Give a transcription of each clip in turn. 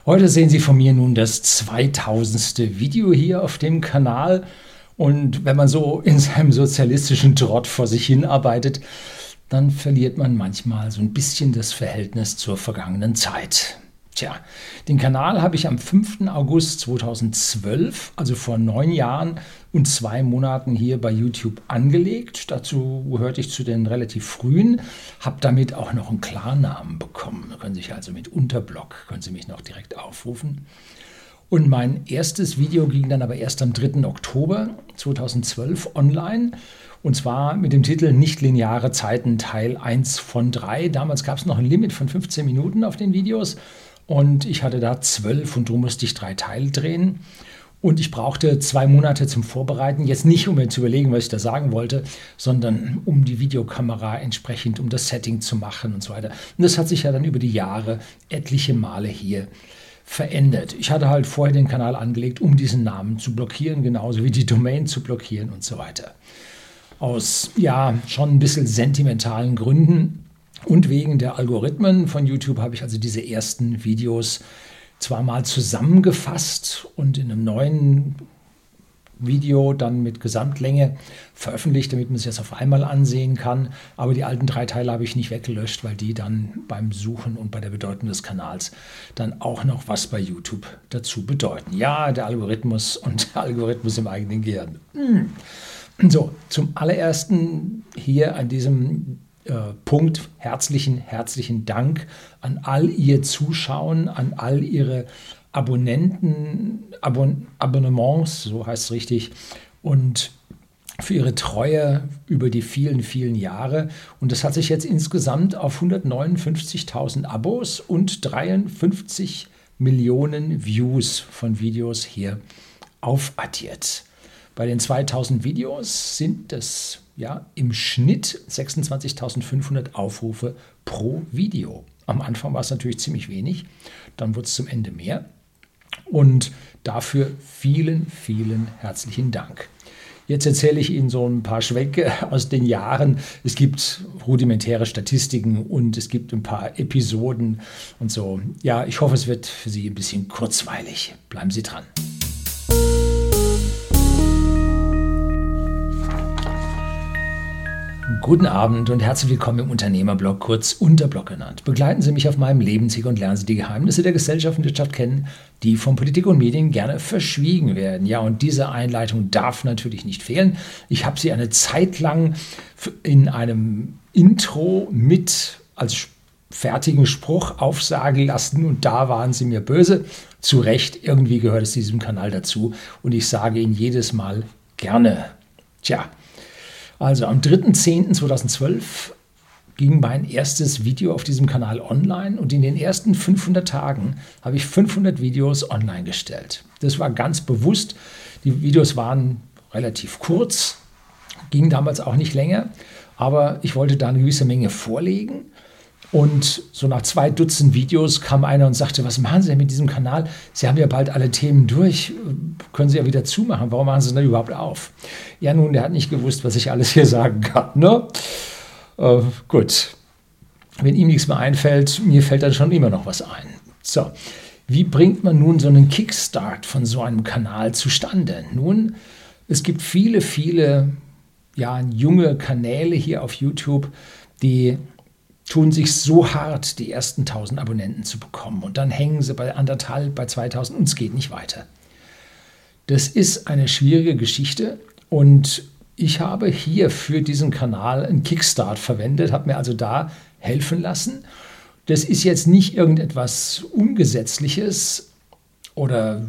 Heute sehen Sie von mir nun das 2000. Video hier auf dem Kanal. Und wenn man so in seinem sozialistischen Trott vor sich hin arbeitet, dann verliert man manchmal so ein bisschen das Verhältnis zur vergangenen Zeit. Tja, den Kanal habe ich am 5. August 2012, also vor 9 Jahren und 2 Monaten hier bei YouTube angelegt. Dazu gehörte ich zu den relativ frühen, habe damit auch noch einen Klarnamen bekommen. Da können Sie sich also mit Unterblog, können Sie mich noch direkt aufrufen. Und mein erstes Video ging dann aber erst am 3. Oktober 2012 online. Und zwar mit dem Titel Nichtlineare Zeiten Teil 1 von 3. Damals gab es noch ein Limit von 15 Minuten auf den Videos. Und ich hatte da 12 und darum musste ich 3 Teile drehen. Und ich brauchte 2 Monate zum Vorbereiten. Jetzt nicht, um mir zu überlegen, was ich da sagen wollte, sondern um die Videokamera entsprechend, um das Setting zu machen und so weiter. Und das hat sich ja dann über die Jahre etliche Male hier verändert. Ich hatte halt vorher den Kanal angelegt, um diesen Namen zu blockieren, genauso wie die Domain zu blockieren und so weiter. Aus, ja, schon ein bisschen sentimentalen Gründen. Und wegen der Algorithmen von YouTube habe ich also diese ersten Videos zwar mal zusammengefasst und in einem neuen Video dann mit Gesamtlänge veröffentlicht, damit man es jetzt auf einmal ansehen kann. Aber die alten 3 Teile habe ich nicht weggelöscht, weil die dann beim Suchen und bei der Bedeutung des Kanals dann auch noch was bei YouTube dazu bedeuten. Ja, der Algorithmus und der Algorithmus im eigenen Gehirn. So, zum allerersten hier an diesem Punkt herzlichen Dank an all Ihr Zuschauen, an all Ihre Abonnenten, Abonnements, so heißt es richtig, und für Ihre Treue über die vielen Jahre. Und das hat sich jetzt insgesamt auf 159.000 Abos und 53 Millionen Views von Videos hier aufaddiert. Bei den 2000 Videos sind es ja im Schnitt 26.500 Aufrufe pro Video. Am Anfang war es natürlich ziemlich wenig, dann wurde es zum Ende mehr. Und dafür vielen herzlichen Dank. Jetzt erzähle ich Ihnen so ein paar Schwänke aus den Jahren. Es gibt rudimentäre Statistiken und es gibt ein paar Episoden und so. Ja, ich hoffe, es wird für Sie ein bisschen kurzweilig. Bleiben Sie dran. Guten Abend und herzlich willkommen im Unternehmerblog, kurz Unterblog genannt. Begleiten Sie mich auf meinem Lebensweg und lernen Sie die Geheimnisse der Gesellschaft und Wirtschaft kennen, die von Politik und Medien gerne verschwiegen werden. Ja, und diese Einleitung darf natürlich nicht fehlen. Ich habe sie eine Zeit lang in einem Intro mit als fertigen Spruch aufsagen lassen und da waren Sie mir böse. Zu Recht, irgendwie gehört es diesem Kanal dazu und ich sage Ihnen jedes Mal gerne. Tja. Also am 3.10.2012 ging mein erstes Video auf diesem Kanal online und in den ersten 500 Tagen habe ich 500 Videos online gestellt. Das war ganz bewusst. Die Videos waren relativ kurz, gingen damals auch nicht länger, aber ich wollte da eine gewisse Menge vorlegen. Und so nach 2 Dutzend Videos kam einer und sagte, was machen Sie denn mit diesem Kanal? Sie haben ja bald alle Themen durch, können Sie ja wieder zumachen. Warum machen Sie es denn überhaupt auf? Ja nun, der hat nicht gewusst, was ich alles hier sagen kann. Ne? Gut, wenn ihm nichts mehr einfällt, mir fällt dann schon immer noch was ein. So, wie bringt man nun so einen Kickstart von so einem Kanal zustande? Nun, es gibt viele ja, junge Kanäle hier auf YouTube, die tun sich so hart, die ersten 1000 Abonnenten zu bekommen. Und dann hängen sie bei 1.500, bei 2000 und es geht nicht weiter. Das ist eine schwierige Geschichte und ich habe hier für diesen Kanal einen Kickstart verwendet, habe mir also da helfen lassen. Das ist jetzt nicht irgendetwas Ungesetzliches oder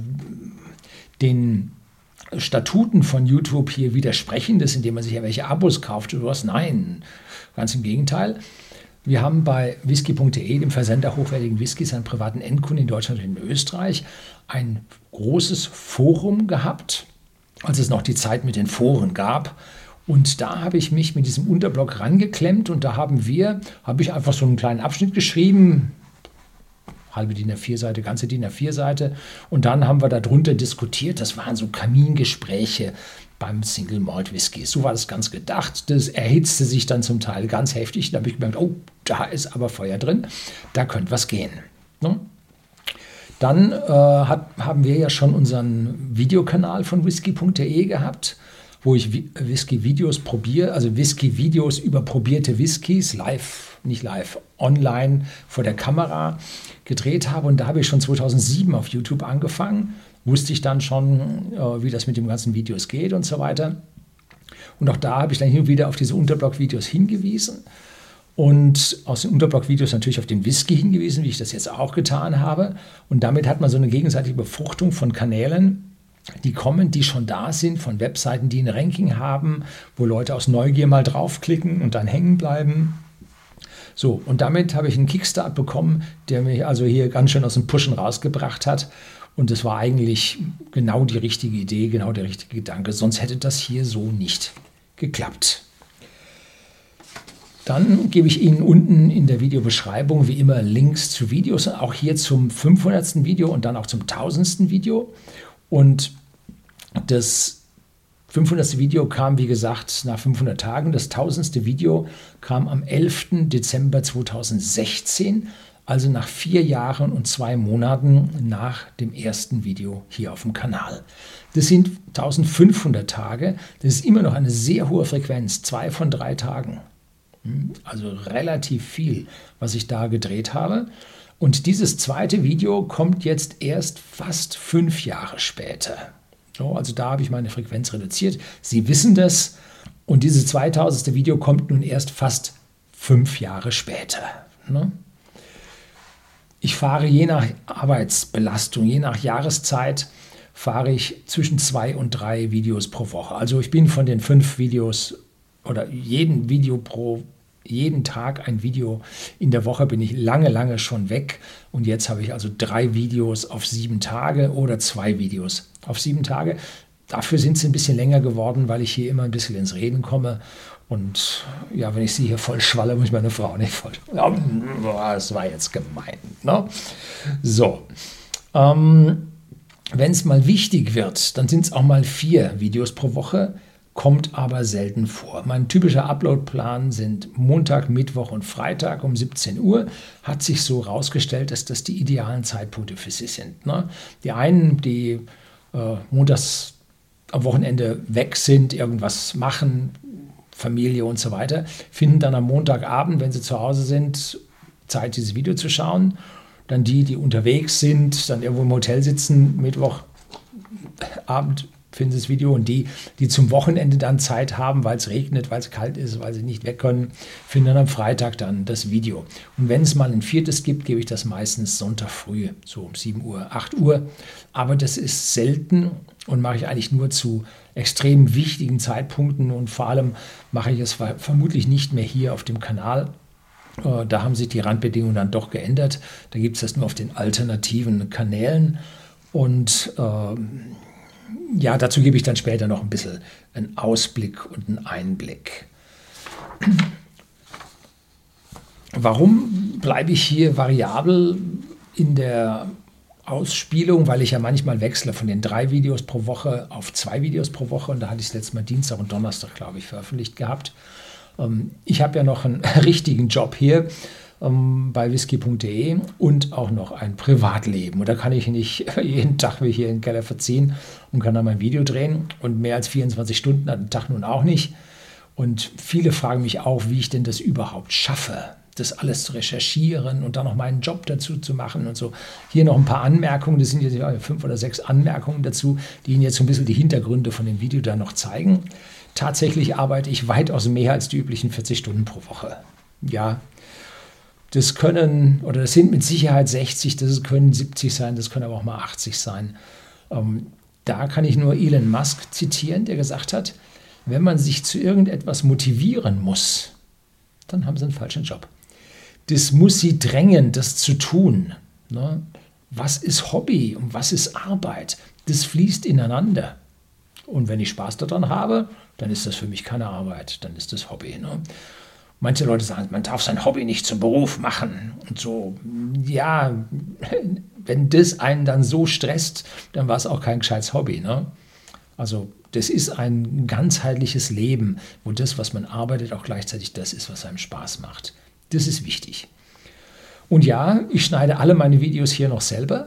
den Statuten von YouTube hier widersprechendes, indem man sich ja welche Abos kauft oder was. Nein, ganz im Gegenteil. Wir haben bei whisky.de, dem Versender hochwertigen Whiskys an privaten Endkunden in Deutschland und in Österreich, ein großes Forum gehabt, als es noch die Zeit mit den Foren gab. Und da habe ich mich mit diesem Unterblog rangeklemmt und da habe ich einfach so einen kleinen Abschnitt geschrieben, halbe DIN A4-Seite, ganze DIN A4-Seite. Und dann haben wir darunter diskutiert. Das waren so Kamingespräche beim Single Malt Whisky. So war das ganz gedacht. Das erhitzte sich dann zum Teil ganz heftig. Da habe ich gemerkt, oh, da ist aber Feuer drin. Da könnte was gehen. Ne? Dann haben wir ja schon unseren Videokanal von whisky.de gehabt, wo ich Whisky-Videos probiere, also Whisky-Videos über probierte Whiskys, nicht live, online vor der Kamera gedreht habe. Und da habe ich schon 2007 auf YouTube angefangen, wusste ich dann schon, wie das mit den ganzen Videos geht und so weiter. Und auch da habe ich dann hin und wieder auf diese Unterblog-Videos hingewiesen und aus den Unterblog-Videos natürlich auf den Whisky hingewiesen, wie ich das jetzt auch getan habe. Und damit hat man so eine gegenseitige Befruchtung von Kanälen, die kommen, die schon da sind, von Webseiten, die ein Ranking haben, wo Leute aus Neugier mal draufklicken und dann hängen bleiben. So, und damit habe ich einen Kickstart bekommen, der mich also hier ganz schön aus dem Pushen rausgebracht hat. Und das war eigentlich genau die richtige Idee, genau der richtige Gedanke. Sonst hätte das hier so nicht geklappt. Dann gebe ich Ihnen unten in der Videobeschreibung wie immer Links zu Videos, auch hier zum 500. Video und dann auch zum 1000. Video. Und das 500. Video kam, wie gesagt, nach 500 Tagen. Das 1000. Video kam am 11. Dezember 2016, also nach 4 Jahren und 2 Monaten nach dem ersten Video hier auf dem Kanal. Das sind 1500 Tage. Das ist immer noch eine sehr hohe Frequenz, 2 von 3 Tagen. Also relativ viel, was ich da gedreht habe. Und dieses zweite Video kommt jetzt erst fast 5 Jahre später. So, also da habe ich meine Frequenz reduziert. Sie wissen das. Und dieses 2000. Video kommt nun erst fast 5 Jahre später. Ne? Ich fahre je nach Arbeitsbelastung, je nach Jahreszeit, fahre ich zwischen 2 und 3 Videos pro Woche. Also ich bin von den 5 Videos oder jeden Tag ein Video in der Woche bin ich lange schon weg. Und jetzt habe ich also 3 Videos auf 7 Tage oder 2 Videos auf 7 Tage. Dafür sind sie ein bisschen länger geworden, weil ich hier immer ein bisschen ins Reden komme. Und ja, wenn ich sie hier voll schwalle, muss ich meine Frau nicht voll. Das war jetzt gemein. Ne? So. Wenn es mal wichtig wird, dann sind es auch mal 4 Videos pro Woche. Kommt aber selten vor. Mein typischer Uploadplan sind Montag, Mittwoch und Freitag um 17 Uhr. Hat sich so herausgestellt, dass das die idealen Zeitpunkte für Sie sind. Ne? Die einen, die montags am Wochenende weg sind, irgendwas machen, Familie und so weiter, finden dann am Montagabend, wenn sie zu Hause sind, Zeit, dieses Video zu schauen. Dann die unterwegs sind, dann irgendwo im Hotel sitzen, Mittwochabend finden Sie das Video, und die zum Wochenende dann Zeit haben, weil es regnet, weil es kalt ist, weil sie nicht weg können, finden dann am Freitag dann das Video. Und wenn es mal ein 4. gibt, gebe ich das meistens Sonntag früh, so um 7 Uhr, 8 Uhr. Aber das ist selten und mache ich eigentlich nur zu extrem wichtigen Zeitpunkten, und vor allem mache ich es vermutlich nicht mehr hier auf dem Kanal. Da haben sich die Randbedingungen dann doch geändert. Da gibt es das nur auf den alternativen Kanälen. Und ja, dazu gebe ich dann später noch ein bisschen einen Ausblick und einen Einblick. Warum bleibe ich hier variabel in der Ausspielung? Weil ich ja manchmal wechsle von den 3 Videos pro Woche auf 2 Videos pro Woche. Und da hatte ich es letztes Mal Dienstag und Donnerstag, glaube ich, veröffentlicht gehabt. Ich habe ja noch einen richtigen Job hier bei whisky.de und auch noch ein Privatleben. Und da kann ich nicht jeden Tag wie hier in den Keller verziehen und kann dann mein Video drehen. Und mehr als 24 Stunden am Tag nun auch nicht. Und viele fragen mich auch, wie ich denn das überhaupt schaffe, das alles zu recherchieren und dann noch meinen Job dazu zu machen und so. Hier noch ein paar Anmerkungen, das sind jetzt 5 oder 6 Anmerkungen dazu, die Ihnen jetzt so ein bisschen die Hintergründe von dem Video dann noch zeigen. Tatsächlich arbeite ich weitaus mehr als die üblichen 40 Stunden pro Woche. Ja, das sind mit Sicherheit 60, das können 70 sein, das können aber auch mal 80 sein. Da kann ich nur Elon Musk zitieren, der gesagt hat, wenn man sich zu irgendetwas motivieren muss, dann haben Sie einen falschen Job. Das muss Sie drängen, das zu tun. Ne? Was ist Hobby und was ist Arbeit? Das fließt ineinander. Und wenn ich Spaß daran habe, dann ist das für mich keine Arbeit, dann ist das Hobby. Ne? Manche Leute sagen, man darf sein Hobby nicht zum Beruf machen und so. Ja, wenn das einen dann so stresst, dann war es auch kein gescheites Hobby. Ne? Also das ist ein ganzheitliches Leben, wo das, was man arbeitet, auch gleichzeitig das ist, was einem Spaß macht. Das ist wichtig. Und ja, ich schneide alle meine Videos hier noch selber.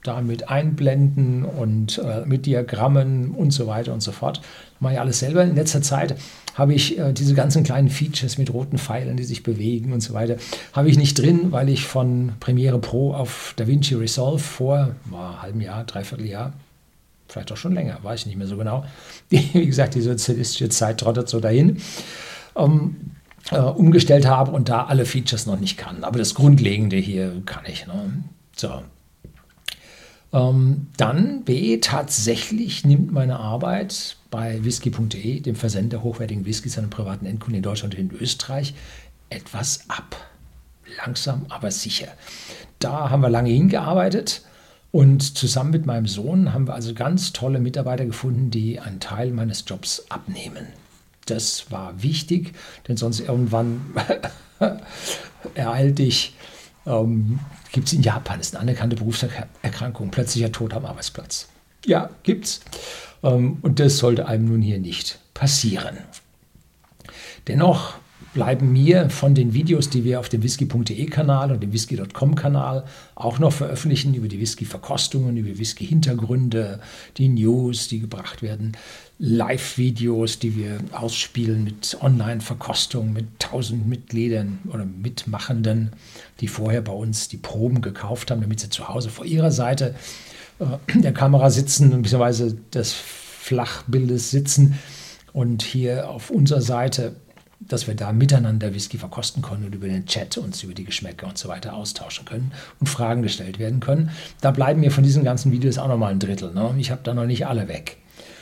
da mit Einblenden und mit Diagrammen und so weiter und so fort. Mache ich alles selber. In letzter Zeit habe ich diese ganzen kleinen Features mit roten Pfeilen, die sich bewegen und so weiter, habe ich nicht drin, weil ich von Premiere Pro auf DaVinci Resolve vor einem halben Jahr, dreiviertel Jahr, vielleicht auch schon länger, weiß ich nicht mehr so genau. Wie gesagt, die sozialistische Zeit trottet so dahin. Umgestellt habe und da alle Features noch nicht kann. Aber das Grundlegende hier kann ich. Ne? So. Dann B, tatsächlich nimmt meine Arbeit bei whisky.de, dem Versender hochwertigen Whiskys an privaten Endkunden in Deutschland und in Österreich, etwas ab. Langsam, aber sicher. Da haben wir lange hingearbeitet und zusammen mit meinem Sohn haben wir also ganz tolle Mitarbeiter gefunden, die einen Teil meines Jobs abnehmen. Das war wichtig, denn sonst irgendwann ereilt dich, gibt es in Japan, ist eine anerkannte Berufserkrankung, plötzlicher Tod am Arbeitsplatz. Ja, gibt's. Und das sollte einem nun hier nicht passieren. Dennoch bleiben mir von den Videos, die wir auf dem whisky.de-Kanal und dem whisky.com-Kanal auch noch veröffentlichen, über die Whisky-Verkostungen, über Whisky-Hintergründe, die News, die gebracht werden, Live-Videos, die wir ausspielen mit Online-Verkostungen, mit 1000 Mitgliedern oder Mitmachenden, die vorher bei uns die Proben gekauft haben, damit sie zu Hause vor ihrer Seite der Kamera sitzen, beziehungsweise des Flachbildes sitzen und hier auf unserer Seite, dass wir da miteinander Whisky verkosten können und über den Chat uns über die Geschmäcker und so weiter austauschen können und Fragen gestellt werden können. Da bleiben mir von diesen ganzen Videos auch nochmal ein Drittel. Ne? Ich habe da noch nicht alle weg.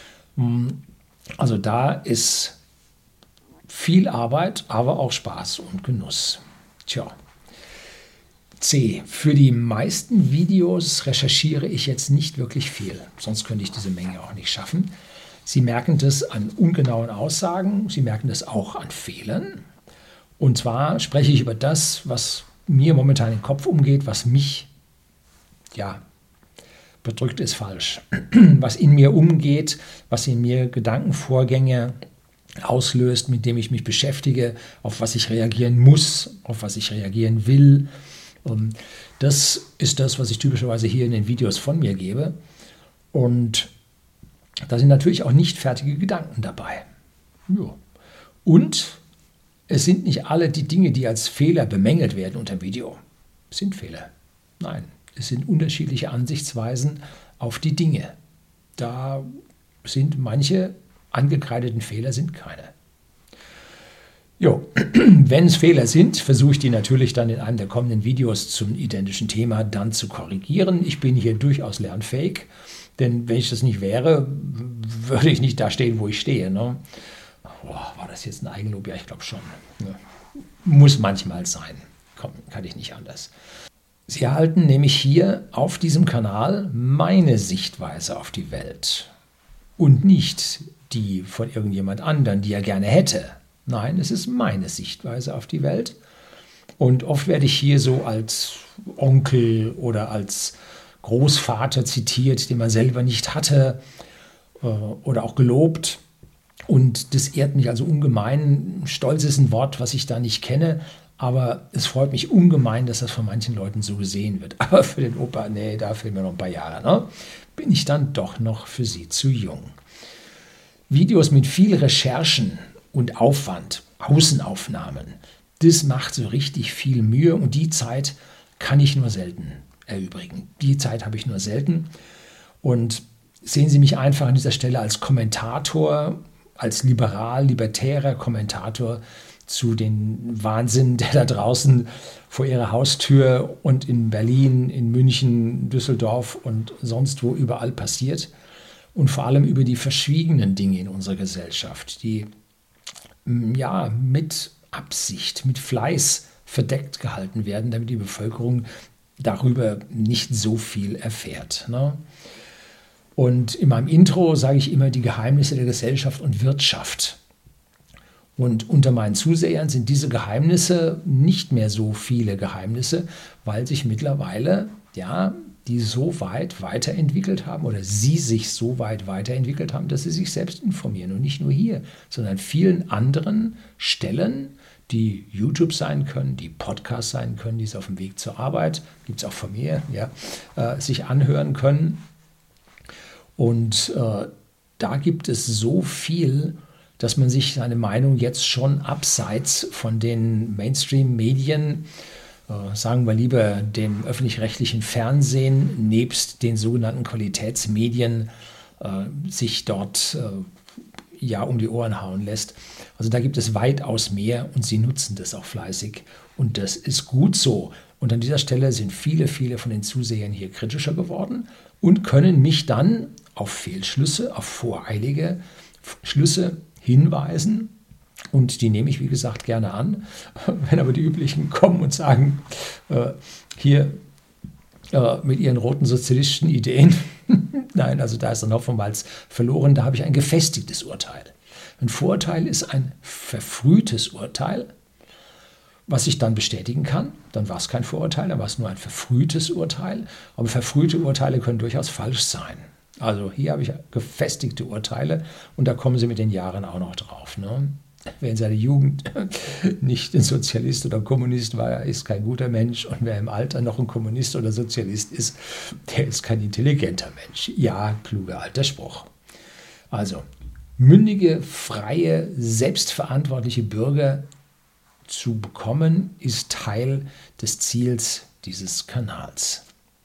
Also da ist viel Arbeit, aber auch Spaß und Genuss. Tja. C. Für die meisten Videos recherchiere ich jetzt nicht wirklich viel, sonst könnte ich diese Menge auch nicht schaffen. Sie merken das an ungenauen Aussagen, Sie merken das auch an Fehlern. Und zwar spreche ich über das, was mir momentan im Kopf umgeht, was mich, ja, bedrückt ist falsch, was in mir umgeht, was in mir Gedankenvorgänge auslöst, mit dem ich mich beschäftige, auf was ich reagieren muss, auf was ich reagieren will. Das ist das, was ich typischerweise hier in den Videos von mir gebe. Und da sind natürlich auch nicht fertige Gedanken dabei. Ja. Und es sind nicht alle die Dinge, die als Fehler bemängelt werden unter dem Video, sind Fehler. Nein, es sind unterschiedliche Ansichtsweisen auf die Dinge. Da sind manche angekreideten Fehler, sind keine. Jo, wenn es Fehler sind, versuche ich die natürlich dann in einem der kommenden Videos zum identischen Thema dann zu korrigieren. Ich bin hier durchaus lernfähig. Denn wenn ich das nicht wäre, würde ich nicht da stehen, wo ich stehe. Ne? War das jetzt ein Eigenlob? Ja, ich glaube schon. Ne? Muss manchmal sein. Kann ich nicht anders. Sie erhalten nämlich hier auf diesem Kanal meine Sichtweise auf die Welt. Und nicht die von irgendjemand anderen, die er gerne hätte. Nein, es ist meine Sichtweise auf die Welt. Und oft werde ich hier so als Onkel oder als Großvater zitiert, den man selber nicht hatte oder auch gelobt. Und das ehrt mich also ungemein. Stolz ist ein Wort, was ich da nicht kenne, aber es freut mich ungemein, dass das von manchen Leuten so gesehen wird. Aber für den Opa, nee, da fehlen mir noch ein paar Jahre. Ne? Bin ich dann doch noch für Sie zu jung. Videos mit viel Recherchen und Aufwand, Außenaufnahmen, das macht so richtig viel Mühe und die Zeit kann ich nur selten erübrigen. Die Zeit habe ich nur selten und sehen Sie mich einfach an dieser Stelle als Kommentator, als libertärer Kommentator zu den Wahnsinn, der da draußen vor Ihrer Haustür und in Berlin, in München, Düsseldorf und sonst wo überall passiert und vor allem über die verschwiegenen Dinge in unserer Gesellschaft, die ja mit Absicht, mit Fleiß verdeckt gehalten werden, damit die Bevölkerung darüber nicht so viel erfährt. Ne? Und in meinem Intro sage ich immer die Geheimnisse der Gesellschaft und Wirtschaft. Und unter meinen Zusehern sind diese Geheimnisse nicht mehr so viele Geheimnisse, weil sich mittlerweile ja die so weit weiterentwickelt haben oder sie sich so weit weiterentwickelt haben, dass sie sich selbst informieren. Und nicht nur hier, sondern an vielen anderen Stellen, die YouTube sein können, die Podcasts sein können, die es auf dem Weg zur Arbeit, gibt es auch von mir, ja, sich anhören können. Und da gibt es so viel, dass man sich seine Meinung jetzt schon abseits von den Mainstream-Medien, sagen wir lieber dem öffentlich-rechtlichen Fernsehen, nebst den sogenannten Qualitätsmedien, sich dort um die Ohren hauen lässt. Also da gibt es weitaus mehr und sie nutzen das auch fleißig und das ist gut so. Und an dieser Stelle sind viele von den Zusehern hier kritischer geworden und können mich dann auf Fehlschlüsse, auf voreilige Schlüsse hinweisen. Und die nehme ich, wie gesagt, gerne an. Wenn aber die üblichen kommen und sagen, hier mit ihren roten sozialistischen Ideen, nein, also da ist dann oftmals verloren, da habe ich ein gefestigtes Urteil. Ein Vorurteil ist ein verfrühtes Urteil, was ich dann bestätigen kann. Dann war es kein Vorurteil, dann war es nur ein verfrühtes Urteil. Aber verfrühte Urteile können durchaus falsch sein. Also hier habe ich gefestigte Urteile und da kommen sie mit den Jahren auch noch drauf. Ne? Wer in seiner Jugend nicht ein Sozialist oder Kommunist war, ist kein guter Mensch. Und wer im Alter noch ein Kommunist oder Sozialist ist, der ist kein intelligenter Mensch. Ja, kluger alter Spruch. Also, mündige, freie, selbstverantwortliche Bürger zu bekommen, ist Teil des Ziels dieses Kanals.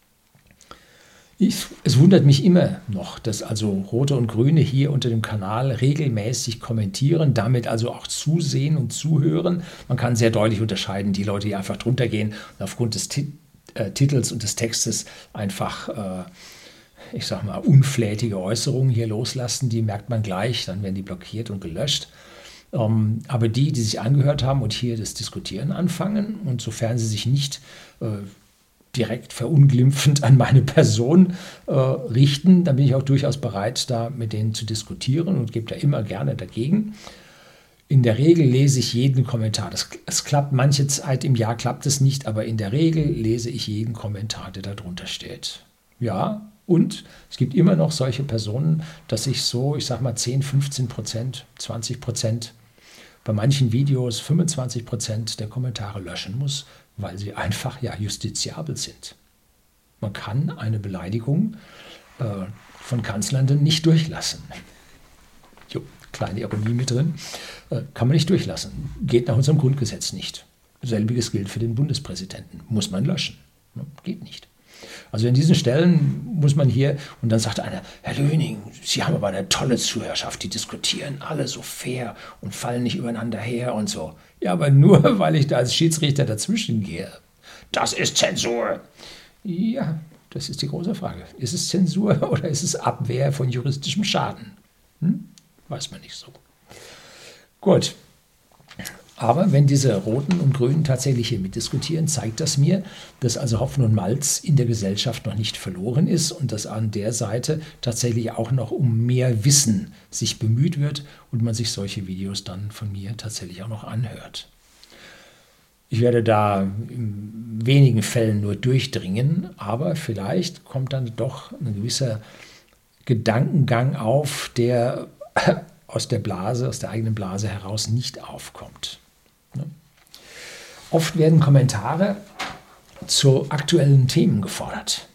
Es wundert mich immer noch, dass also Rote und Grüne hier unter dem Kanal regelmäßig kommentieren, damit also auch zusehen und zuhören. Man kann sehr deutlich unterscheiden, die Leute, die einfach drunter gehen und aufgrund des Titels und des Textes einfach, ich sag mal, unflätige Äußerungen hier loslassen, die merkt man gleich, dann werden die blockiert und gelöscht. Aber die sich angehört haben und hier das Diskutieren anfangen und sofern sie sich nicht direkt verunglimpfend an meine Person richten, dann bin ich auch durchaus bereit, da mit denen zu diskutieren und gebe da immer gerne dagegen. In der Regel lese ich jeden Kommentar. Es klappt, manche Zeit im Jahr klappt es nicht, aber in der Regel lese ich jeden Kommentar, der da drunter steht. Ja, und es gibt immer noch solche Personen, dass ich so, ich sag mal 10, 15%, 20%, bei manchen Videos 25% der Kommentare löschen muss, weil sie einfach justiziabel sind. Man kann eine Beleidigung von Kanzlern nicht durchlassen. Jo, kleine Ironie mit drin. Kann man nicht durchlassen. Geht nach unserem Grundgesetz nicht. Selbiges gilt für den Bundespräsidenten. Muss man löschen. Geht nicht. Also in diesen Stellen muss man hier, und dann sagt einer, Herr Löning, Sie haben aber eine tolle Zuhörerschaft, die diskutieren alle so fair und fallen nicht übereinander her und so. Ja, aber nur, weil ich da als Schiedsrichter dazwischen gehe. Das ist Zensur. Ja, das ist die große Frage. Ist es Zensur oder ist es Abwehr von juristischem Schaden? Weiß man nicht so. Gut. Aber wenn diese Roten und Grünen tatsächlich hier mitdiskutieren, zeigt das mir, dass also Hopfen und Malz in der Gesellschaft noch nicht verloren ist und dass an der Seite tatsächlich auch noch um mehr Wissen sich bemüht wird und man sich solche Videos dann von mir tatsächlich auch noch anhört. Ich werde da in wenigen Fällen nur durchdringen, aber vielleicht kommt dann doch ein gewisser Gedankengang auf, der aus der Blase, aus der eigenen Blase heraus nicht aufkommt. Oft werden Kommentare zu aktuellen Themen gefordert.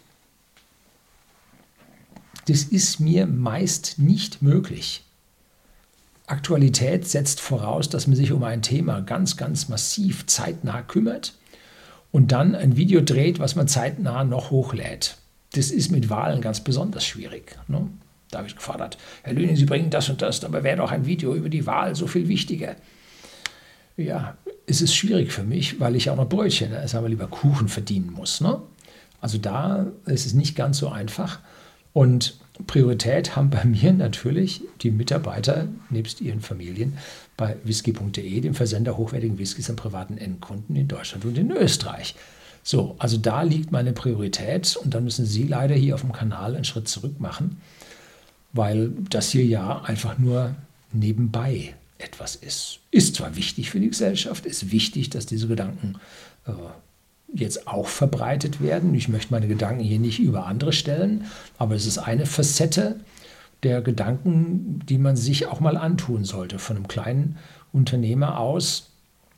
Das ist mir meist nicht möglich. Aktualität setzt voraus, dass man sich um ein Thema ganz, ganz massiv zeitnah kümmert und dann ein Video dreht, was man zeitnah noch hochlädt. Das ist mit Wahlen ganz besonders schwierig. Ne? Da habe ich gefordert, Herr Löning, Sie bringen das und das, aber wäre doch ein Video über die Wahl so viel wichtiger. Ja, es ist schwierig für mich, weil ich auch noch Brötchen, sagen wir lieber Kuchen verdienen muss. Ne? Also da ist es nicht ganz so einfach. Und Priorität haben bei mir natürlich die Mitarbeiter nebst ihren Familien bei whisky.de, dem Versender hochwertigen Whiskys an privaten Endkunden in Deutschland und in Österreich. So, also da liegt meine Priorität und dann müssen Sie leider hier auf dem Kanal einen Schritt zurück machen, weil das hier ja einfach nur nebenbei etwas ist. Ist zwar wichtig für die Gesellschaft, ist wichtig, dass diese Gedanken jetzt auch verbreitet werden. Ich möchte meine Gedanken hier nicht über andere stellen, aber es ist eine Facette der Gedanken, die man sich auch mal antun sollte, von einem kleinen Unternehmer aus,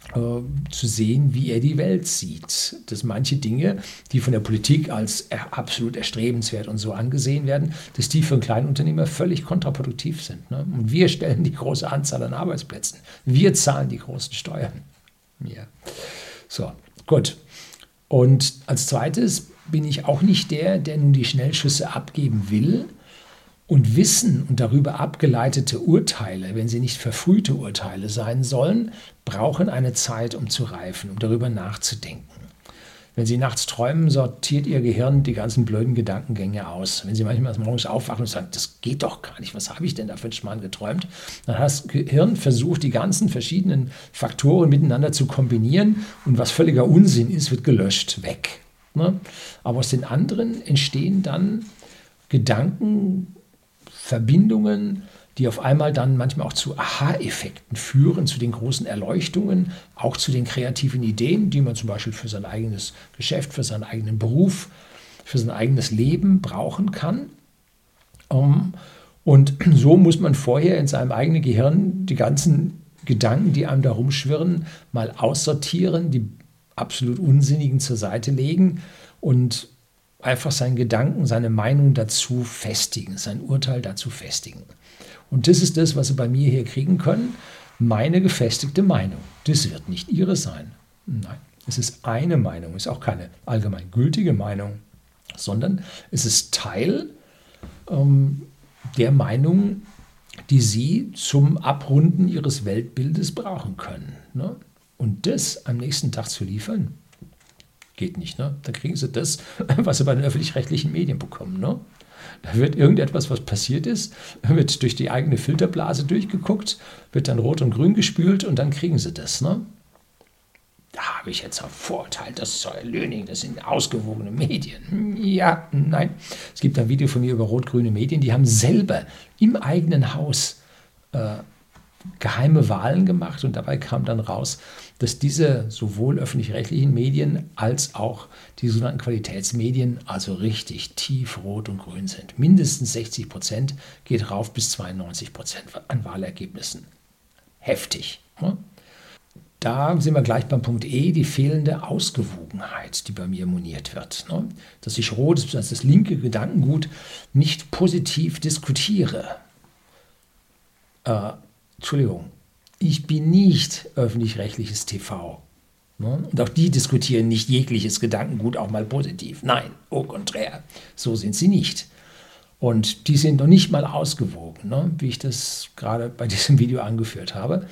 zu sehen, wie er die Welt sieht. Dass manche Dinge, die von der Politik als absolut erstrebenswert und so angesehen werden, dass die für einen kleinen Unternehmer völlig kontraproduktiv sind. Ne? Und wir stellen die große Anzahl an Arbeitsplätzen. Wir zahlen die großen Steuern. Ja. So, gut. Und als zweites bin ich auch nicht der nun die Schnellschüsse abgeben will. Und Wissen und darüber abgeleitete Urteile, wenn sie nicht verfrühte Urteile sein sollen, brauchen eine Zeit, um zu reifen, um darüber nachzudenken. Wenn Sie nachts träumen, sortiert Ihr Gehirn die ganzen blöden Gedankengänge aus. Wenn Sie manchmal morgens aufwachen und sagen, das geht doch gar nicht, was habe ich denn da für einen Schmarrn geträumt? Dann hat das Gehirn versucht, die ganzen verschiedenen Faktoren miteinander zu kombinieren und was völliger Unsinn ist, wird gelöscht, weg. Ne? Aber aus den anderen entstehen dann Gedanken, Verbindungen, die auf einmal dann manchmal auch zu Aha-Effekten führen, zu den großen Erleuchtungen, auch zu den kreativen Ideen, die man zum Beispiel für sein eigenes Geschäft, für seinen eigenen Beruf, für sein eigenes Leben brauchen kann. Und so muss man vorher in seinem eigenen Gehirn die ganzen Gedanken, die einem da rumschwirren, mal aussortieren, die absolut Unsinnigen zur Seite legen und einfach seinen Gedanken, seine Meinung dazu festigen, sein Urteil dazu festigen. Und das ist das, was Sie bei mir hier kriegen können. Meine gefestigte Meinung. Das wird nicht Ihre sein. Nein, es ist eine Meinung, es ist auch keine allgemeingültige Meinung, sondern es ist Teil der Meinung, die Sie zum Abrunden Ihres Weltbildes brauchen können. Ne? Und das am nächsten Tag zu liefern, geht nicht. Ne? Da kriegen Sie das, was Sie bei den öffentlich-rechtlichen Medien bekommen. Ne? Da wird irgendetwas, was passiert ist, wird durch die eigene Filterblase durchgeguckt, wird dann rot und grün gespült und dann kriegen Sie das. Ne? Da habe ich jetzt einen Vorteil, das ist Herr Löning, das sind ausgewogene Medien. Ja, nein. Es gibt ein Video von mir über rot-grüne Medien, die haben selber im eigenen Haus geheime Wahlen gemacht und dabei kam dann raus, dass diese sowohl öffentlich-rechtlichen Medien als auch die sogenannten Qualitätsmedien also richtig tief rot und grün sind. Mindestens 60% geht rauf bis 92% an Wahlergebnissen. Heftig. Ne? Da sind wir gleich beim Punkt E, die fehlende Ausgewogenheit, die bei mir moniert wird. Ne? Dass ich rotes, dass das linke Gedankengut nicht positiv diskutiere. Entschuldigung, ich bin nicht öffentlich-rechtliches TV. Ne? Und auch die diskutieren nicht jegliches Gedankengut auch mal positiv. Nein, au contraire, so sind sie nicht. Und die sind noch nicht mal ausgewogen, ne? Wie ich das gerade bei diesem Video angeführt habe.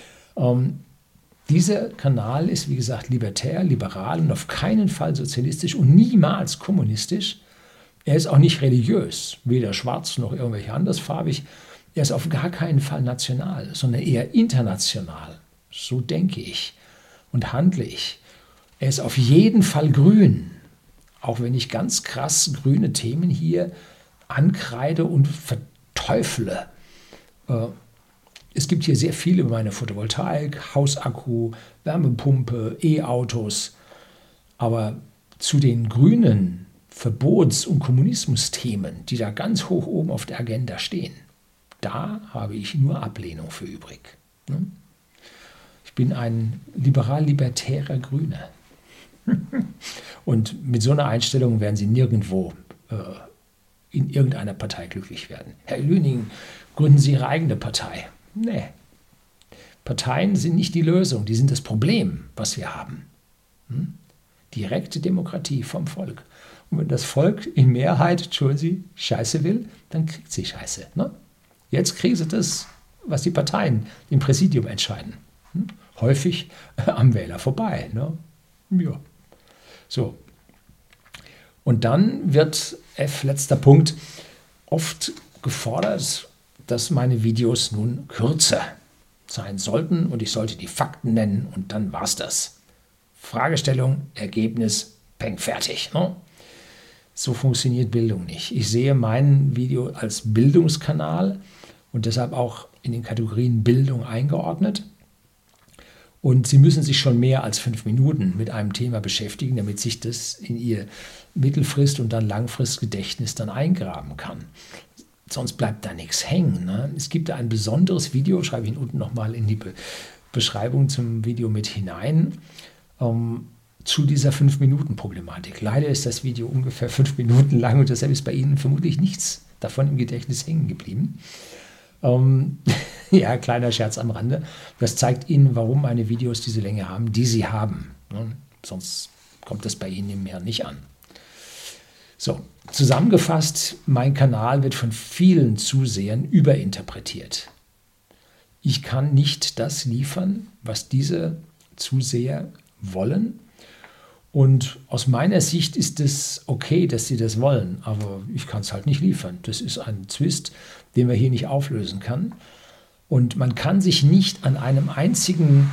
Dieser Kanal ist, wie gesagt, libertär, liberal und auf keinen Fall sozialistisch und niemals kommunistisch. Er ist auch nicht religiös, weder schwarz noch irgendwelche andersfarbig. Er ist auf gar keinen Fall national, sondern eher international. So denke ich und handle ich. Er ist auf jeden Fall grün, auch wenn ich ganz krass grüne Themen hier ankreide und verteufle. Es gibt hier sehr viel über meine Photovoltaik, Hausakku, Wärmepumpe, E-Autos. Aber zu den grünen Verbots- und Kommunismusthemen, die da ganz hoch oben auf der Agenda stehen, da habe ich nur Ablehnung für übrig. Ich bin ein liberal-libertärer Grüner. Und mit so einer Einstellung werden Sie nirgendwo in irgendeiner Partei glücklich werden. Herr Lüning, gründen Sie Ihre eigene Partei. Nee. Parteien sind nicht die Lösung, die sind das Problem, was wir haben. Direkte Demokratie vom Volk. Und wenn das Volk in Mehrheit, entschuldigen Sie, Scheiße will, dann kriegt sie Scheiße. Ne? Jetzt kriegen sie das, was die Parteien im Präsidium entscheiden. Häufig am Wähler vorbei. Ne? Ja. So. Und dann wird, letzter Punkt, oft gefordert, dass meine Videos nun kürzer sein sollten und ich sollte die Fakten nennen und dann war's das. Fragestellung, Ergebnis, peng, fertig. Ne? So funktioniert Bildung nicht. Ich sehe mein Video als Bildungskanal und deshalb auch in den Kategorien Bildung eingeordnet. Und Sie müssen sich schon mehr als 5 Minuten mit einem Thema beschäftigen, damit sich das in Ihr Mittelfrist- und dann Langfristgedächtnis dann eingraben kann. Sonst bleibt da nichts hängen. Ne? Es gibt da ein besonderes Video, schreibe ich Ihnen unten nochmal in die Beschreibung zum Video mit hinein zu dieser 5-Minuten-Problematik. Leider ist das Video ungefähr 5 Minuten lang und deshalb ist bei Ihnen vermutlich nichts davon im Gedächtnis hängen geblieben. Ja, kleiner Scherz am Rande. Das zeigt Ihnen, warum meine Videos diese Länge haben, die sie haben. Sonst kommt das bei Ihnen mehr nicht an. So, zusammengefasst, mein Kanal wird von vielen Zusehern überinterpretiert. Ich kann nicht das liefern, was diese Zuseher wollen. Und aus meiner Sicht ist es okay, dass sie das wollen, aber ich kann es halt nicht liefern. Das ist ein Zwist, den man hier nicht auflösen kann. Und man kann sich nicht an einem einzigen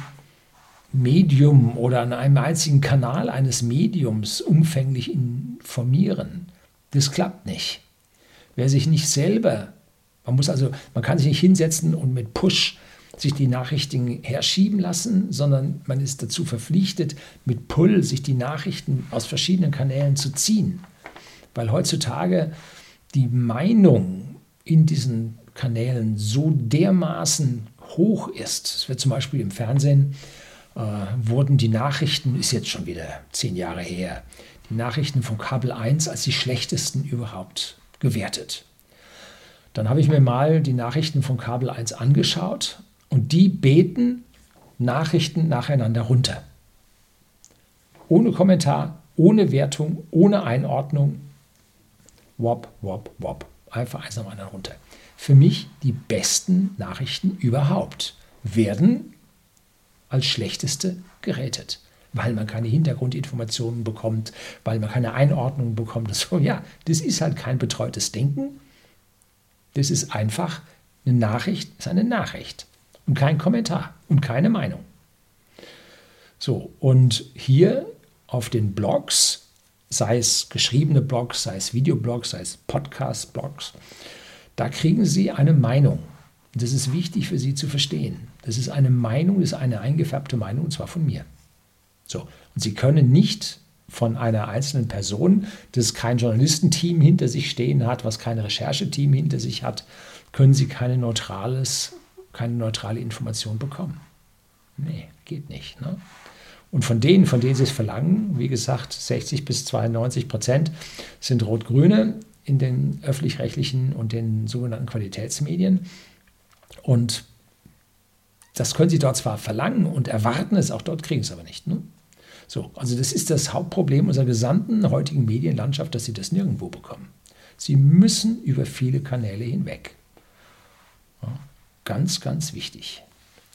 Medium oder an einem einzigen Kanal eines Mediums umfänglich informieren. Das klappt nicht. Wer sich nicht selber, man kann sich nicht hinsetzen und mit Push sich die Nachrichten herschieben lassen, sondern man ist dazu verpflichtet, mit Pull sich die Nachrichten aus verschiedenen Kanälen zu ziehen. Weil heutzutage die Meinung in diesen Kanälen so dermaßen hoch ist. Es wird zum Beispiel im Fernsehen, wurden die Nachrichten, ist jetzt schon wieder 10 Jahre her, die Nachrichten von Kabel 1 als die schlechtesten überhaupt gewertet. Dann habe ich mir mal die Nachrichten von Kabel 1 angeschaut und die beten Nachrichten nacheinander runter. Ohne Kommentar, ohne Wertung, ohne Einordnung. Wop, wop, wop. Einfach eins nach dem anderen runter. Für mich die besten Nachrichten überhaupt werden als schlechteste gerätet, weil man keine Hintergrundinformationen bekommt, weil man keine Einordnung bekommt. So, ja, das ist halt kein betreutes Denken. Das ist einfach eine Nachricht, ist eine Nachricht und kein Kommentar und keine Meinung. So, und hier auf den Blogs, sei es geschriebene Blogs, sei es Videoblogs, sei es Podcast-Blogs, da kriegen Sie eine Meinung. Und das ist wichtig für Sie zu verstehen. Das ist eine Meinung, das ist eine eingefärbte Meinung, und zwar von mir. So, und Sie können nicht von einer einzelnen Person, das kein Journalistenteam hinter sich stehen hat, was kein Rechercheteam hinter sich hat, können Sie keine neutrale Information bekommen. Nee, geht nicht. Ne? Und von denen Sie es verlangen, wie gesagt, 60-92% sind Rot-Grüne in den öffentlich-rechtlichen und den sogenannten Qualitätsmedien. Und das können Sie dort zwar verlangen und erwarten es, auch dort kriegen Sie es aber nicht. Ne? So, also das ist das Hauptproblem unserer gesamten heutigen Medienlandschaft, dass Sie das nirgendwo bekommen. Sie müssen über viele Kanäle hinweg. Ja, ganz, ganz wichtig.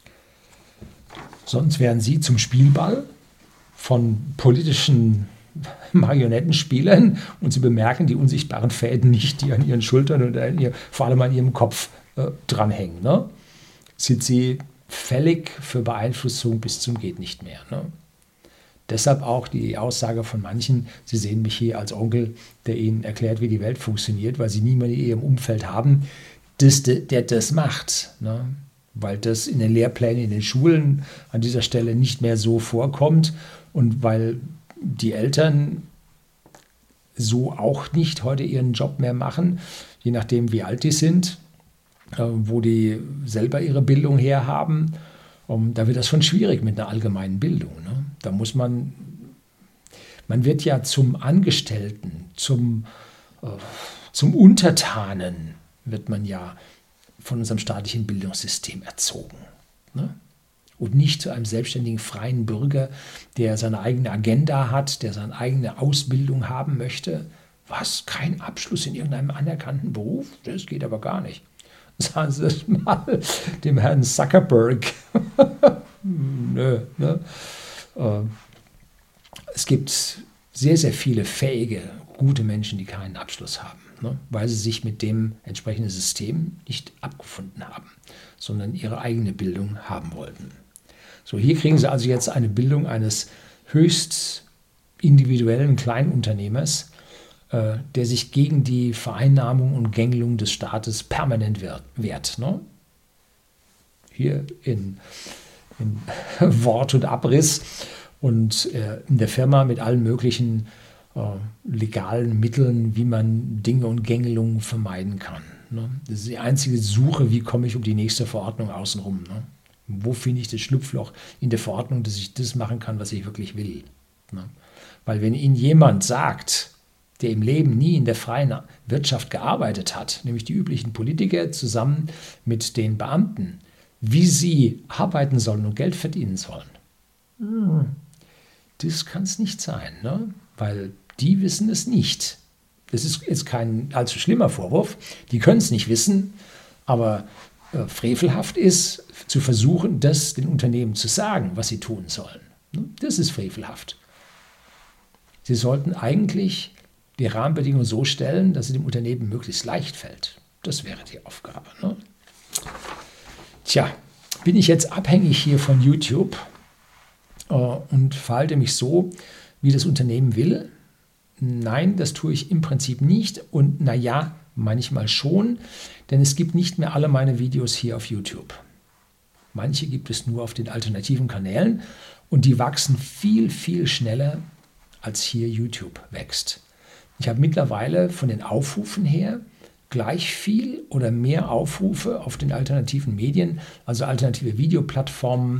Sonst werden Sie zum Spielball von politischen Marionettenspielern und Sie bemerken die unsichtbaren Fäden nicht, die an Ihren Schultern oder vor allem an Ihrem Kopf dranhängen. Ne? Sind Sie fällig für Beeinflussung bis zum geht nicht mehr. Ne? Deshalb auch die Aussage von manchen, Sie sehen mich hier als Onkel, der Ihnen erklärt, wie die Welt funktioniert, weil Sie niemanden in Ihrem Umfeld haben, der das macht. Ne? Weil das in den Lehrplänen in den Schulen an dieser Stelle nicht mehr so vorkommt und weil die Eltern so auch nicht heute ihren Job mehr machen, je nachdem wie alt die sind, wo die selber ihre Bildung herhaben. Da wird das schon schwierig mit einer allgemeinen Bildung. Ne? Da muss man wird ja zum Angestellten, zum Untertanen wird man ja von unserem staatlichen Bildungssystem erzogen. Ne? Und nicht zu einem selbstständigen, freien Bürger, der seine eigene Agenda hat, der seine eigene Ausbildung haben möchte. Was? Kein Abschluss in irgendeinem anerkannten Beruf? Das geht aber gar nicht. Sagen Sie das mal dem Herrn Zuckerberg. Nö. Ne? Es gibt sehr, sehr viele fähige, gute Menschen, die keinen Abschluss haben, ne? Weil sie sich mit dem entsprechenden System nicht abgefunden haben, sondern ihre eigene Bildung haben wollten. So, hier kriegen Sie also jetzt eine Bildung eines höchst individuellen Kleinunternehmers, der sich gegen die Vereinnahmung und Gängelung des Staates permanent wehrt. Ne? Hier in Wort und Abriss und in der Firma mit allen möglichen legalen Mitteln, wie man Dinge und Gängelungen vermeiden kann. Ne? Das ist die einzige Suche, wie komme ich um die nächste Verordnung außenrum. Ne? Wo finde ich das Schlupfloch in der Verordnung, dass ich das machen kann, was ich wirklich will? Ne? Weil wenn Ihnen jemand sagt, der im Leben nie in der freien Wirtschaft gearbeitet hat, nämlich die üblichen Politiker zusammen mit den Beamten, wie sie arbeiten sollen und Geld verdienen sollen, das kann es nicht sein, ne? Weil die wissen es nicht. Das ist jetzt kein allzu schlimmer Vorwurf, die können es nicht wissen, aber frevelhaft ist, zu versuchen, das den Unternehmen zu sagen, was sie tun sollen. Das ist frevelhaft. Sie sollten eigentlich die Rahmenbedingungen so stellen, dass es dem Unternehmen möglichst leicht fällt. Das wäre die Aufgabe. Ne? Tja, bin ich jetzt abhängig hier von YouTube und verhalte mich so, wie das Unternehmen will? Nein, das tue ich im Prinzip nicht. Und naja, manchmal schon, denn es gibt nicht mehr alle meine Videos hier auf YouTube. Manche gibt es nur auf den alternativen Kanälen und die wachsen viel, viel schneller, als hier YouTube wächst. Ich habe mittlerweile von den Aufrufen her gleich viel oder mehr Aufrufe auf den alternativen Medien, also alternative Videoplattformen,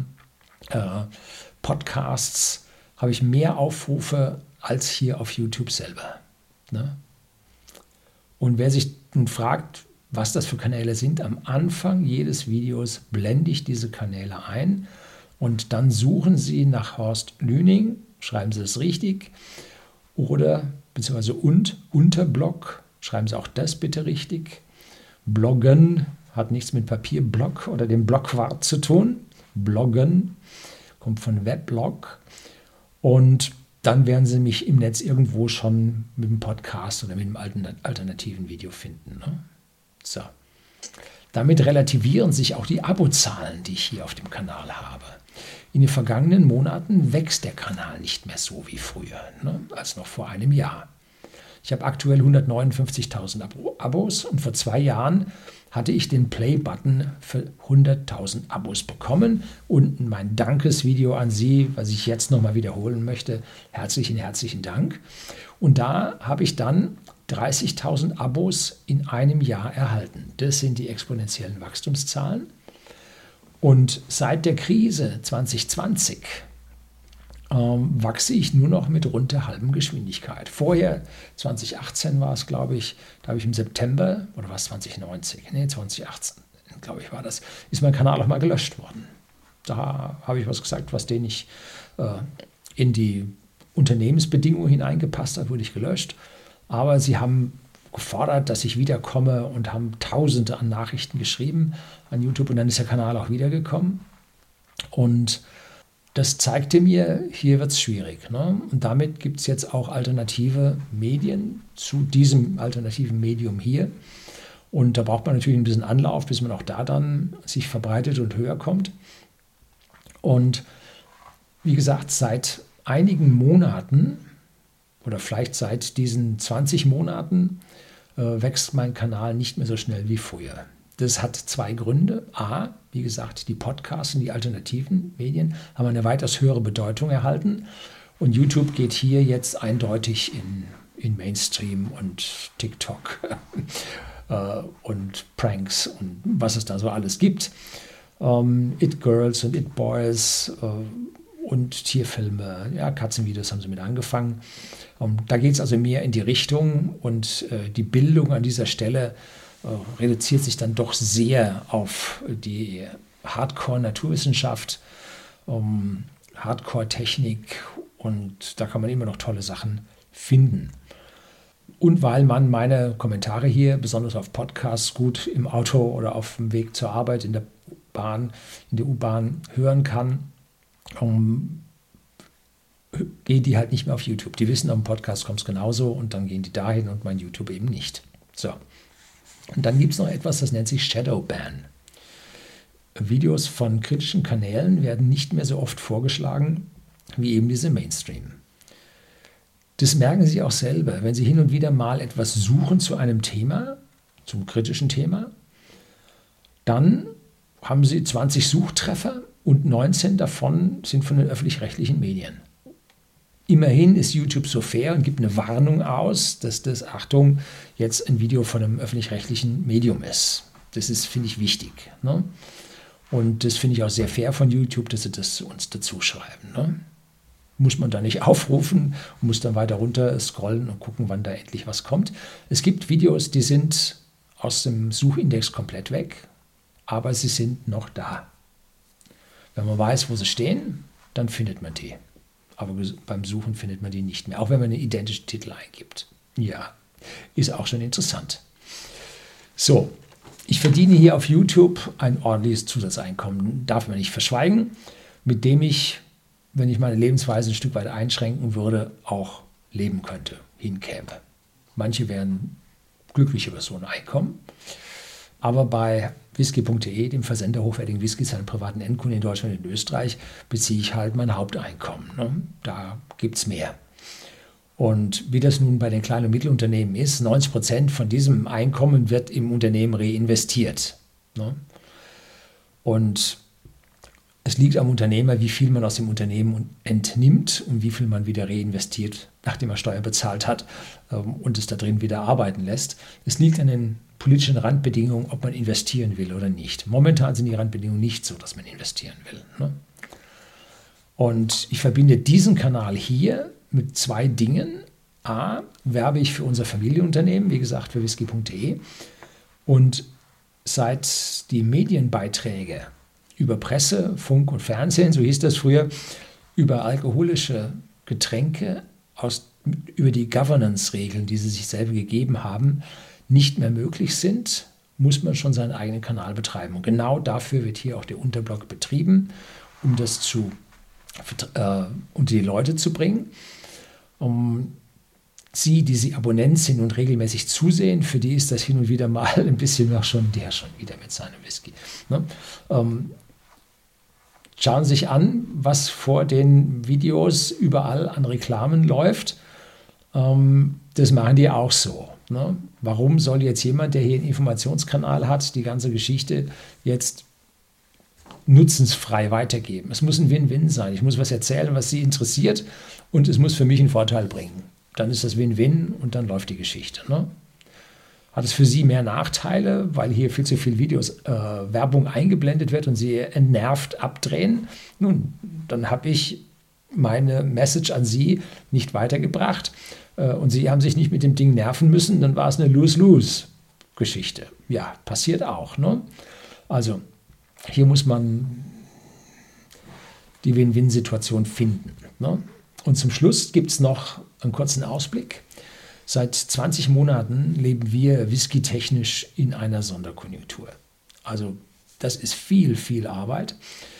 Podcasts, habe ich mehr Aufrufe als hier auf YouTube selber. Ne? Und wer sich nun fragt, was das für Kanäle sind, am Anfang jedes Videos blende ich diese Kanäle ein und dann suchen Sie nach Horst Lüning, schreiben Sie es richtig, oder beziehungsweise Unterblog, schreiben Sie auch das bitte richtig. Bloggen hat nichts mit Papierblog oder dem Blockwart zu tun. Bloggen kommt von Weblog und dann werden Sie mich im Netz irgendwo schon mit dem Podcast oder mit einem alternativen Video finden. Ne? So. Damit relativieren sich auch die Abozahlen, die ich hier auf dem Kanal habe. In den vergangenen Monaten wächst der Kanal nicht mehr so wie früher, ne, als noch vor einem Jahr. Ich habe aktuell 159.000 Abos und vor 2 Jahren hatte ich den Play-Button für 100.000 Abos bekommen. Unten mein Dankesvideo an Sie, was ich jetzt nochmal wiederholen möchte. Herzlichen Dank. Und da habe ich dann 30.000 Abos in einem Jahr erhalten. Das sind die exponentiellen Wachstumszahlen. Und seit der Krise 2020 wachse ich nur noch mit rund der halben Geschwindigkeit. Vorher, 2018 war es, glaube ich, da habe ich im September, oder war es 2019? Nee, 2018, glaube ich, war das, ist mein Kanal auch mal gelöscht worden. Da habe ich was gesagt, was den nicht in die Unternehmensbedingungen hineingepasst hat, wurde ich gelöscht. Aber sie haben gefordert, dass ich wiederkomme und haben Tausende an Nachrichten geschrieben an YouTube und dann ist der Kanal auch wiedergekommen. Und das zeigte mir, hier wird es schwierig. Ne? Und damit gibt es jetzt auch alternative Medien zu diesem alternativen Medium hier. Und da braucht man natürlich ein bisschen Anlauf, bis man auch da dann sich verbreitet und höher kommt. Und wie gesagt, seit einigen Monaten oder vielleicht seit diesen 20 Monaten wächst mein Kanal nicht mehr so schnell wie früher. Das hat 2 Gründe. A, wie gesagt, die Podcasts und die alternativen Medien haben eine weitaus höhere Bedeutung erhalten. Und YouTube geht hier jetzt eindeutig in Mainstream und TikTok und Pranks und was es da so alles gibt. It Girls und It Boys und Tierfilme, ja, Katzenvideos haben sie mit angefangen. Da geht es also mehr in die Richtung und die Bildung an dieser Stelle reduziert sich dann doch sehr auf die Hardcore-Naturwissenschaft, Hardcore-Technik und da kann man immer noch tolle Sachen finden. Und weil man meine Kommentare hier, besonders auf Podcasts, gut im Auto oder auf dem Weg zur Arbeit, in der U-Bahn hören kann, gehen die halt nicht mehr auf YouTube. Die wissen, am Podcast kommt es genauso und dann gehen die dahin und mein YouTube eben nicht. So. Und dann gibt es noch etwas, das nennt sich Shadowban. Videos von kritischen Kanälen werden nicht mehr so oft vorgeschlagen wie eben diese Mainstream. Das merken Sie auch selber, wenn Sie hin und wieder mal etwas suchen zu einem Thema, zum kritischen Thema, dann haben Sie 20 Suchtreffer und 19 davon sind von den öffentlich-rechtlichen Medien. Immerhin ist YouTube so fair und gibt eine Warnung aus, dass das, Achtung, jetzt ein Video von einem öffentlich-rechtlichen Medium ist. Das ist, finde ich, wichtig. Ne? Und das finde ich auch sehr fair von YouTube, dass sie das uns dazu schreiben. Ne? Muss man da nicht aufrufen und muss dann weiter runter scrollen und gucken, wann da endlich was kommt. Es gibt Videos, die sind aus dem Suchindex komplett weg, aber sie sind noch da. Wenn man weiß, wo sie stehen, dann findet man die. Aber beim Suchen findet man die nicht mehr, auch wenn man einen identischen Titel eingibt. Ja, ist auch schon interessant. So, ich verdiene hier auf YouTube ein ordentliches Zusatzeinkommen, darf man nicht verschweigen, mit dem ich, wenn ich meine Lebensweise ein Stück weit einschränken würde, auch leben könnte, hinkäme. Manche wären glücklich über so ein Einkommen. Aber bei whisky.de, dem Versender hochwertigen Whiskys an privaten Endkunden in Deutschland und in Österreich, beziehe ich halt mein Haupteinkommen. Ne? Da gibt es mehr. Und wie das nun bei den kleinen und Mittelunternehmen ist, 90% von diesem Einkommen wird im Unternehmen reinvestiert. Ne? Und es liegt am Unternehmer, wie viel man aus dem Unternehmen entnimmt und wie viel man wieder reinvestiert, nachdem er Steuern bezahlt hat und es da drin wieder arbeiten lässt. Es liegt an den politischen Randbedingungen, ob man investieren will oder nicht. Momentan sind die Randbedingungen nicht so, dass man investieren will. Ne? Und ich verbinde diesen Kanal hier mit zwei Dingen. A, werbe ich für unser Familienunternehmen, wie gesagt, für whisky.de. Und seit die Medienbeiträge über Presse, Funk und Fernsehen, so hieß das früher, über alkoholische Getränke, über die Governance-Regeln, die sie sich selber gegeben haben, nicht mehr möglich sind, muss man schon seinen eigenen Kanal betreiben. Und genau dafür wird hier auch der Unterblog betrieben, um das unter die Leute zu bringen. Sie, die Sie Abonnent sind und regelmäßig zusehen, für die ist das hin und wieder mal ein bisschen noch schon wieder mit seinem Whisky. Ne? Schauen Sie sich an, was vor den Videos überall an Reklamen läuft. Das machen die auch so. Ne? Warum soll jetzt jemand, der hier einen Informationskanal hat, die ganze Geschichte jetzt nutzensfrei weitergeben? Es muss ein Win-Win sein. Ich muss was erzählen, was Sie interessiert, und es muss für mich einen Vorteil bringen. Dann ist das Win-Win und dann läuft die Geschichte. Ne? Hat es für Sie mehr Nachteile, weil hier viel zu viel Werbung eingeblendet wird und Sie entnervt abdrehen? Nun, dann habe ich meine Message an Sie nicht weitergebracht und Sie haben sich nicht mit dem Ding nerven müssen, dann war es eine Lose-Lose-Geschichte. Ja, passiert auch. Ne? Also hier muss man die Win-Win-Situation finden. Ne? Und zum Schluss gibt es noch einen kurzen Ausblick. Seit 20 Monaten leben wir whisky-technisch in einer Sonderkonjunktur. Also das ist viel, viel Arbeit.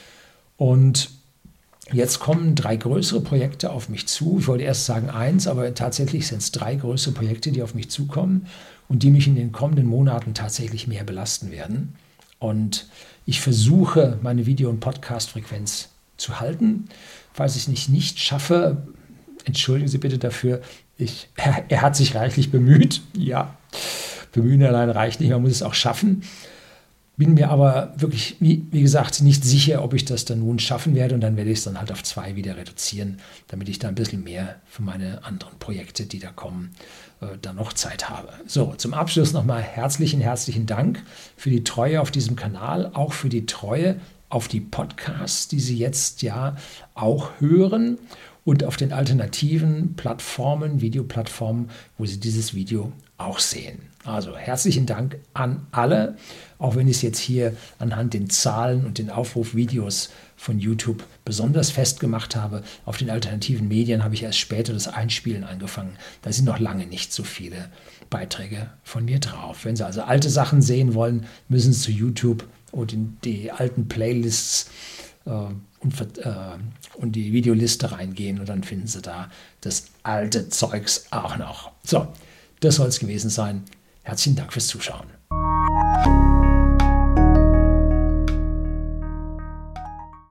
Und jetzt kommen 3 größere Projekte auf mich zu. Ich wollte erst sagen 1, aber tatsächlich sind es 3 größere Projekte, die auf mich zukommen und die mich in den kommenden Monaten tatsächlich mehr belasten werden. Und ich versuche, meine Video- und Podcast-Frequenz zu halten. Falls ich es nicht schaffe, entschuldigen Sie bitte dafür, er hat sich reichlich bemüht. Ja, bemühen allein reicht nicht, man muss es auch schaffen. Bin mir aber wirklich, wie gesagt, nicht sicher, ob ich das dann nun schaffen werde, und dann werde ich es dann halt auf 2 wieder reduzieren, damit ich da ein bisschen mehr für meine anderen Projekte, die da kommen, dann noch Zeit habe. So, zum Abschluss nochmal herzlichen Dank für die Treue auf diesem Kanal, auch für die Treue auf die Podcasts, die Sie jetzt ja auch hören, und auf den alternativen Plattformen, Videoplattformen, wo Sie dieses Video auch sehen. Also herzlichen Dank an alle, auch wenn ich es jetzt hier anhand den Zahlen und den Aufrufvideos von YouTube besonders festgemacht habe. Auf den alternativen Medien habe ich erst später das Einspielen angefangen. Da sind noch lange nicht so viele Beiträge von mir drauf. Wenn Sie also alte Sachen sehen wollen, müssen Sie zu YouTube und in die alten Playlists und die Videoliste reingehen, und dann finden Sie da das alte Zeugs auch noch. So, das soll es gewesen sein. Herzlichen Dank fürs Zuschauen.